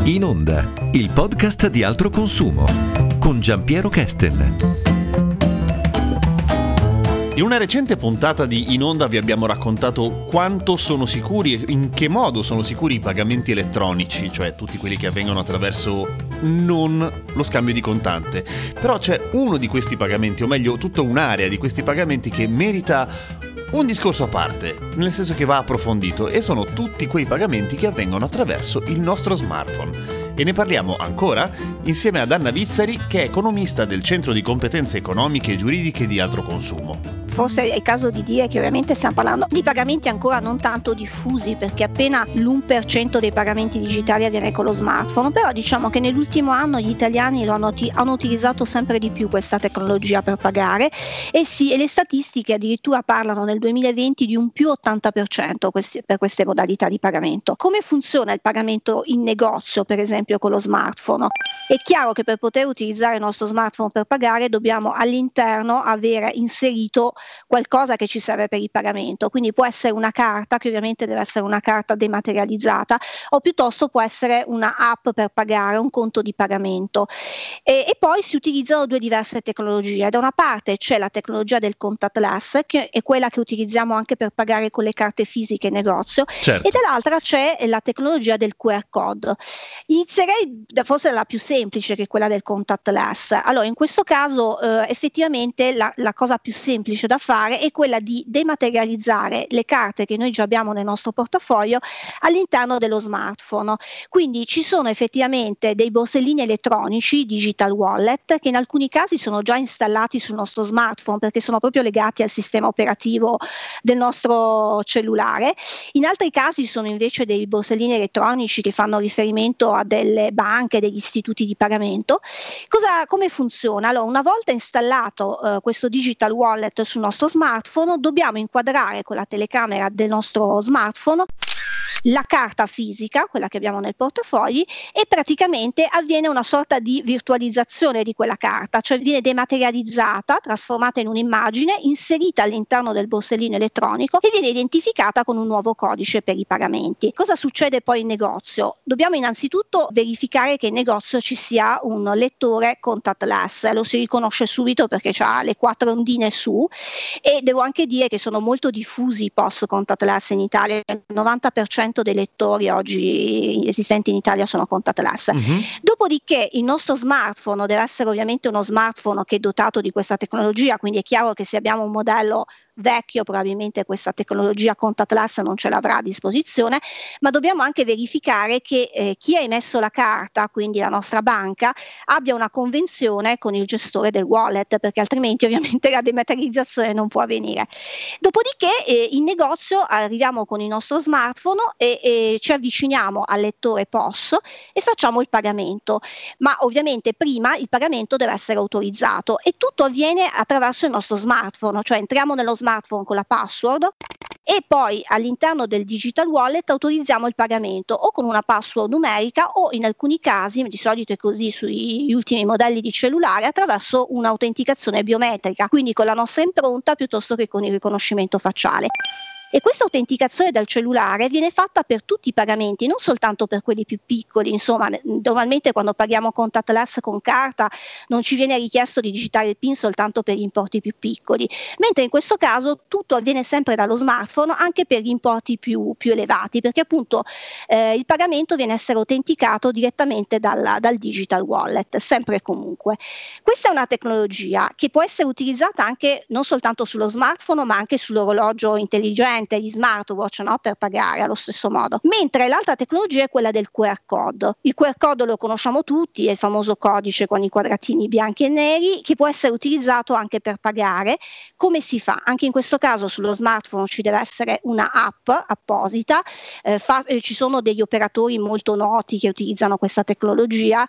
In Onda, il podcast di Altro Consumo con Giampiero Kesten. In una recente puntata di In Onda vi abbiamo raccontato quanto sono sicuri e in che modo sono sicuri i pagamenti elettronici, cioè tutti quelli che avvengono attraverso non lo scambio di contante. Però c'è uno di questi pagamenti, o meglio tutta un'area di questi pagamenti che merita un discorso a parte, nel senso che va approfondito, e sono tutti quei pagamenti che avvengono attraverso il nostro smartphone. E ne parliamo ancora insieme ad Anna Vizzari, che è economista del Centro di Competenze Economiche e Giuridiche di Altro Consumo. Forse è il caso di dire che ovviamente stiamo parlando di pagamenti ancora non tanto diffusi, perché appena l'1% dei pagamenti digitali avviene con lo smartphone, però diciamo che nell'ultimo anno gli italiani hanno utilizzato sempre di più questa tecnologia per pagare, e le statistiche addirittura parlano nel 2020 di un più 80% per queste modalità di pagamento. Come funziona il pagamento in negozio, per esempio con lo smartphone? È chiaro che per poter utilizzare il nostro smartphone per pagare dobbiamo all'interno avere inserito qualcosa che ci serve per il pagamento, quindi può essere una carta, che ovviamente deve essere una carta dematerializzata, o piuttosto può essere una app per pagare, un conto di pagamento. E poi si utilizzano due diverse tecnologie. Da una parte c'è la tecnologia del contactless, che è quella che utilizziamo anche per pagare con le carte fisiche in negozio, Certo. E dall'altra c'è la tecnologia del QR code. Inizierei forse dalla più semplice, che è quella del contactless. Allora, in questo caso effettivamente la cosa più semplice da fare è quella di dematerializzare le carte che noi già abbiamo nel nostro portafoglio all'interno dello smartphone. Quindi ci sono effettivamente dei borsellini elettronici, digital wallet, che in alcuni casi sono già installati sul nostro smartphone perché sono proprio legati al sistema operativo del nostro cellulare. In altri casi sono invece dei borsellini elettronici che fanno riferimento a delle banche, degli istituti di pagamento. Come funziona? Allora, una volta installato questo digital wallet sul nostro smartphone, dobbiamo inquadrare con la telecamera del nostro smartphone la carta fisica, quella che abbiamo nel portafogli, e praticamente avviene una sorta di virtualizzazione di quella carta, cioè viene dematerializzata, trasformata in un'immagine, inserita all'interno del borsellino elettronico e viene identificata con un nuovo codice per i pagamenti. Cosa succede poi in negozio? Dobbiamo innanzitutto verificare che in negozio ci sia un lettore contactless, lo si riconosce subito perché ha le 4 ondine su, e devo anche dire che sono molto diffusi i POS contactless in Italia. Il 90% dei lettori oggi esistenti in Italia sono contactless. Dopodiché il nostro smartphone deve essere ovviamente uno smartphone che è dotato di questa tecnologia, quindi è chiaro che se abbiamo un modello vecchio probabilmente questa tecnologia contactless non ce l'avrà a disposizione, ma dobbiamo anche verificare che chi ha emesso la carta, quindi la nostra banca, abbia una convenzione con il gestore del wallet, perché altrimenti ovviamente la dematerializzazione non può avvenire. Dopodiché in negozio arriviamo con il nostro smartphone e ci avviciniamo al lettore POS e facciamo il pagamento, ma ovviamente prima il pagamento deve essere autorizzato e tutto avviene attraverso il nostro smartphone, cioè entriamo nello smartphone con la password e poi all'interno del digital wallet autorizziamo il pagamento o con una password numerica o in alcuni casi, di solito è così sugli ultimi modelli di cellulare, attraverso un'autenticazione biometrica, quindi con la nostra impronta piuttosto che con il riconoscimento facciale. E questa autenticazione dal cellulare viene fatta per tutti i pagamenti, non soltanto per quelli più piccoli. Insomma, normalmente quando paghiamo contactless con carta non ci viene richiesto di digitare il PIN soltanto per gli importi più piccoli, mentre in questo caso tutto avviene sempre dallo smartphone anche per gli importi più elevati, perché appunto il pagamento viene a essere autenticato direttamente dal digital wallet, sempre e comunque. Questa è una tecnologia che può essere utilizzata anche non soltanto sullo smartphone, ma anche sull'orologio intelligente, gli smartwatch, no? Per pagare allo stesso modo. Mentre l'altra tecnologia è quella del QR code. Il QR code lo conosciamo tutti, è il famoso codice con i quadratini bianchi e neri che può essere utilizzato anche per pagare. Come si fa? Anche in questo caso sullo smartphone ci deve essere una app apposita, ci sono degli operatori molto noti che utilizzano questa tecnologia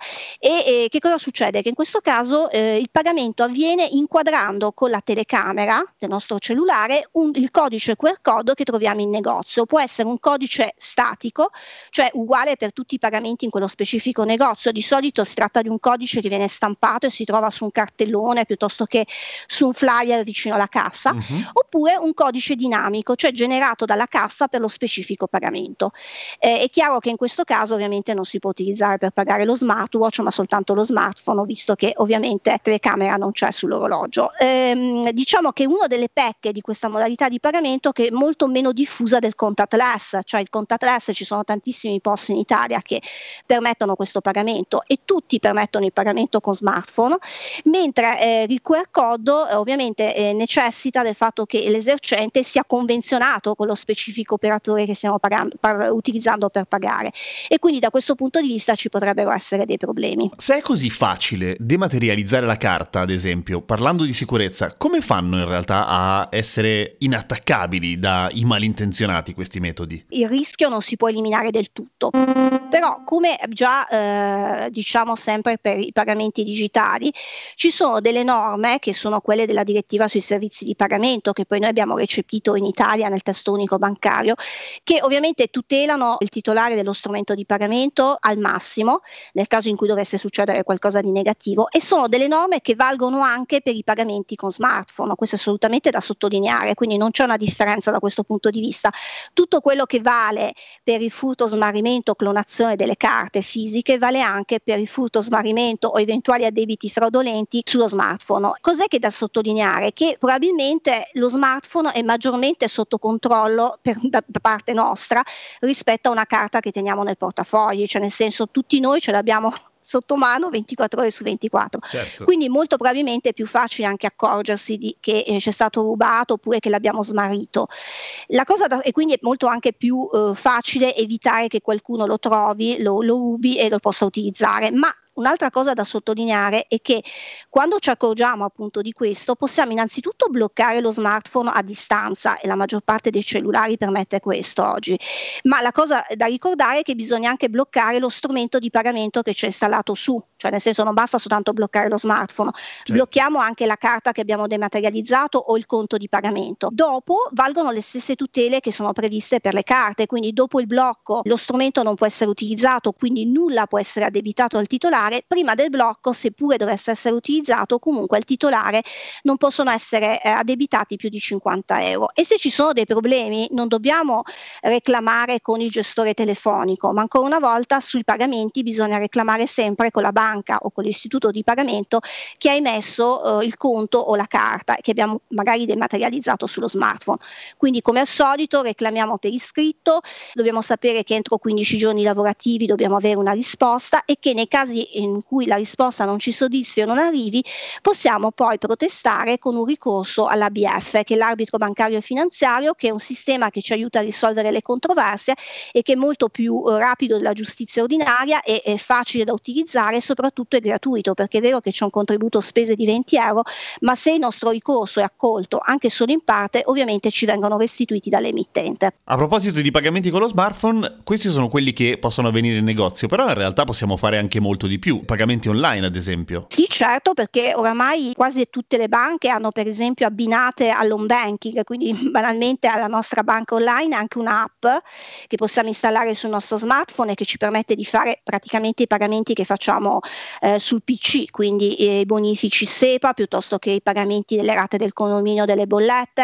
e che cosa succede? Che in questo caso il pagamento avviene inquadrando con la telecamera del nostro cellulare il codice QR code code che troviamo in negozio. Può essere un codice statico, cioè uguale per tutti i pagamenti in quello specifico negozio. Di solito si tratta di un codice che viene stampato e si trova su un cartellone piuttosto che su un flyer vicino alla cassa, oppure un codice dinamico, cioè generato dalla cassa per lo specifico pagamento. È chiaro che in questo caso ovviamente non si può utilizzare per pagare lo smartwatch, ma soltanto lo smartphone, visto che ovviamente telecamera non c'è sull'orologio. Diciamo che una delle pecche di questa modalità di pagamento che è molto meno diffusa del contactless, cioè il contactless, ci sono tantissimi POS in Italia che permettono questo pagamento e tutti permettono il pagamento con smartphone, mentre il QR code ovviamente necessita del fatto che l'esercente sia convenzionato con lo specifico operatore che stiamo utilizzando per pagare, e quindi da questo punto di vista ci potrebbero essere dei problemi. Se è così facile dematerializzare la carta, ad esempio, parlando di sicurezza, come fanno in realtà a essere inattaccabili dai malintenzionati questi metodi? Il rischio non si può eliminare del tutto, però come già diciamo sempre per i pagamenti digitali, ci sono delle norme che sono quelle della direttiva sui servizi di pagamento, che poi noi abbiamo recepito in Italia nel testo unico bancario, che ovviamente tutelano il titolare dello strumento di pagamento al massimo nel caso in cui dovesse succedere qualcosa di negativo, e sono delle norme che valgono anche per i pagamenti con smartphone. Questo è assolutamente da sottolineare, quindi non c'è una differenza da questo punto di vista. Tutto quello che vale per il furto, smarrimento, clonazione delle carte fisiche vale anche per il furto, smarrimento o eventuali addebiti fraudolenti sullo smartphone. Cos'è che è da sottolineare? Che probabilmente lo smartphone è maggiormente sotto controllo da parte nostra rispetto a una carta che teniamo nel portafogli, cioè nel senso tutti noi ce l'abbiamo sotto mano 24 ore su 24. Certo. Quindi molto probabilmente è più facile anche accorgersi che c'è stato rubato oppure che l'abbiamo smarrito. E quindi è molto anche più facile evitare che qualcuno lo trovi, lo rubi e lo possa utilizzare. Ma un'altra cosa da sottolineare è che quando ci accorgiamo appunto di questo, possiamo innanzitutto bloccare lo smartphone a distanza, e la maggior parte dei cellulari permette questo oggi. Ma la cosa da ricordare è che bisogna anche bloccare lo strumento di pagamento che c'è installato su, cioè nel senso non basta soltanto bloccare lo smartphone, Certo. Blocchiamo anche la carta che abbiamo dematerializzato o il conto di pagamento. Dopo valgono le stesse tutele che sono previste per le carte, quindi dopo il blocco lo strumento non può essere utilizzato, quindi nulla può essere addebitato al titolare. Prima del blocco, seppure dovesse essere utilizzato, comunque al titolare non possono essere addebitati più di 50 euro. E se ci sono dei problemi non dobbiamo reclamare con il gestore telefonico, ma ancora una volta sui pagamenti bisogna reclamare sempre con la banca o con l'istituto di pagamento che ha emesso il conto o la carta che abbiamo magari dematerializzato sullo smartphone. Quindi come al solito reclamiamo per iscritto, dobbiamo sapere che entro 15 giorni lavorativi dobbiamo avere una risposta, e che nei casi in cui la risposta non ci soddisfi o non arrivi, possiamo poi protestare con un ricorso all'ABF, che è l'arbitro bancario e finanziario, che è un sistema che ci aiuta a risolvere le controversie e che è molto più rapido della giustizia ordinaria e è facile da utilizzare, e soprattutto è gratuito, perché è vero che c'è un contributo spese di 20 euro, ma se il nostro ricorso è accolto anche solo in parte, ovviamente ci vengono restituiti dall'emittente. A proposito di pagamenti con lo smartphone, questi sono quelli che possono avvenire in negozio, però in realtà possiamo fare anche molto di più, pagamenti online ad esempio. Sì, certo, perché oramai quasi tutte le banche hanno per esempio abbinate all'home banking, quindi banalmente alla nostra banca online anche un'app che possiamo installare sul nostro smartphone e che ci permette di fare praticamente i pagamenti che facciamo sul PC, quindi i bonifici SEPA piuttosto che i pagamenti delle rate del condominio, delle bollette.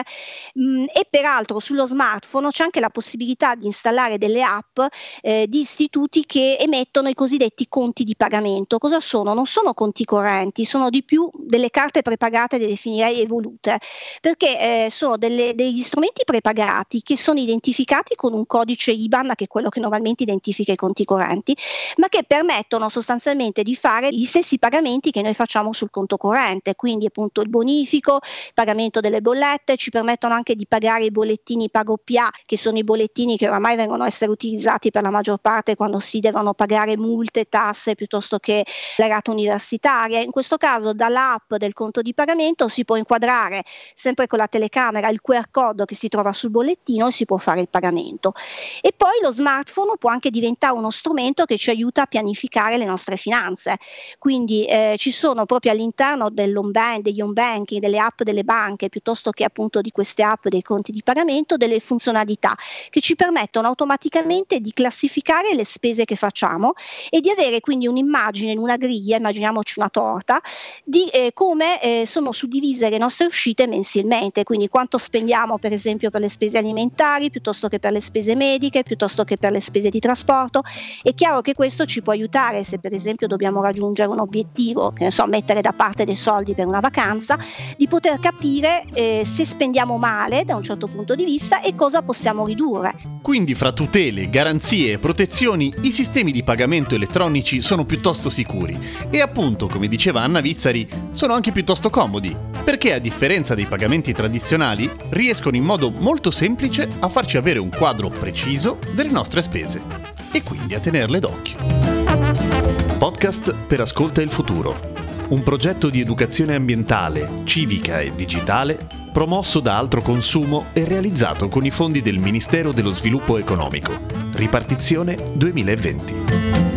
E peraltro sullo smartphone c'è anche la possibilità di installare delle app di istituti che emettono i cosiddetti conti di pagamento. Cosa sono? Non sono conti correnti, sono di più delle carte prepagate, le definirei evolute, perché sono degli strumenti prepagati che sono identificati con un codice IBAN, che è quello che normalmente identifica i conti correnti, ma che permettono sostanzialmente di fare gli stessi pagamenti che noi facciamo sul conto corrente, quindi appunto il bonifico, il pagamento delle bollette, ci permettono anche di pagare i bollettini PagoPA, che sono i bollettini che oramai vengono a essere utilizzati per la maggior parte quando si devono pagare multe, tasse piuttosto piuttosto che la rata universitaria. In questo caso dall'app del conto di pagamento si può inquadrare sempre con la telecamera il QR code che si trova sul bollettino e si può fare il pagamento. E poi lo smartphone può anche diventare uno strumento che ci aiuta a pianificare le nostre finanze, quindi ci sono proprio all'interno degli home banking, delle app delle banche, piuttosto che appunto di queste app dei conti di pagamento, delle funzionalità che ci permettono automaticamente di classificare le spese che facciamo e di avere quindi un'immagine in una griglia, immaginiamoci una torta, di come sono suddivise le nostre uscite mensilmente, quindi quanto spendiamo per esempio per le spese alimentari piuttosto che per le spese mediche, piuttosto che per le spese di trasporto. È chiaro che questo ci può aiutare se per esempio dobbiamo raggiungere un obiettivo, che ne so, mettere da parte dei soldi per una vacanza, di poter capire se spendiamo male da un certo punto di vista e cosa possiamo ridurre. Quindi fra tutele, garanzie e protezioni i sistemi di pagamento elettronici sono piuttosto sicuri e appunto, come diceva Anna Vizzari, sono anche piuttosto comodi, perché a differenza dei pagamenti tradizionali riescono in modo molto semplice a farci avere un quadro preciso delle nostre spese e quindi a tenerle d'occhio. Podcast per Ascolta il Futuro, un progetto di educazione ambientale, civica e digitale promosso da Altro Consumo e realizzato con i fondi del Ministero dello Sviluppo Economico. Ripartizione 2020.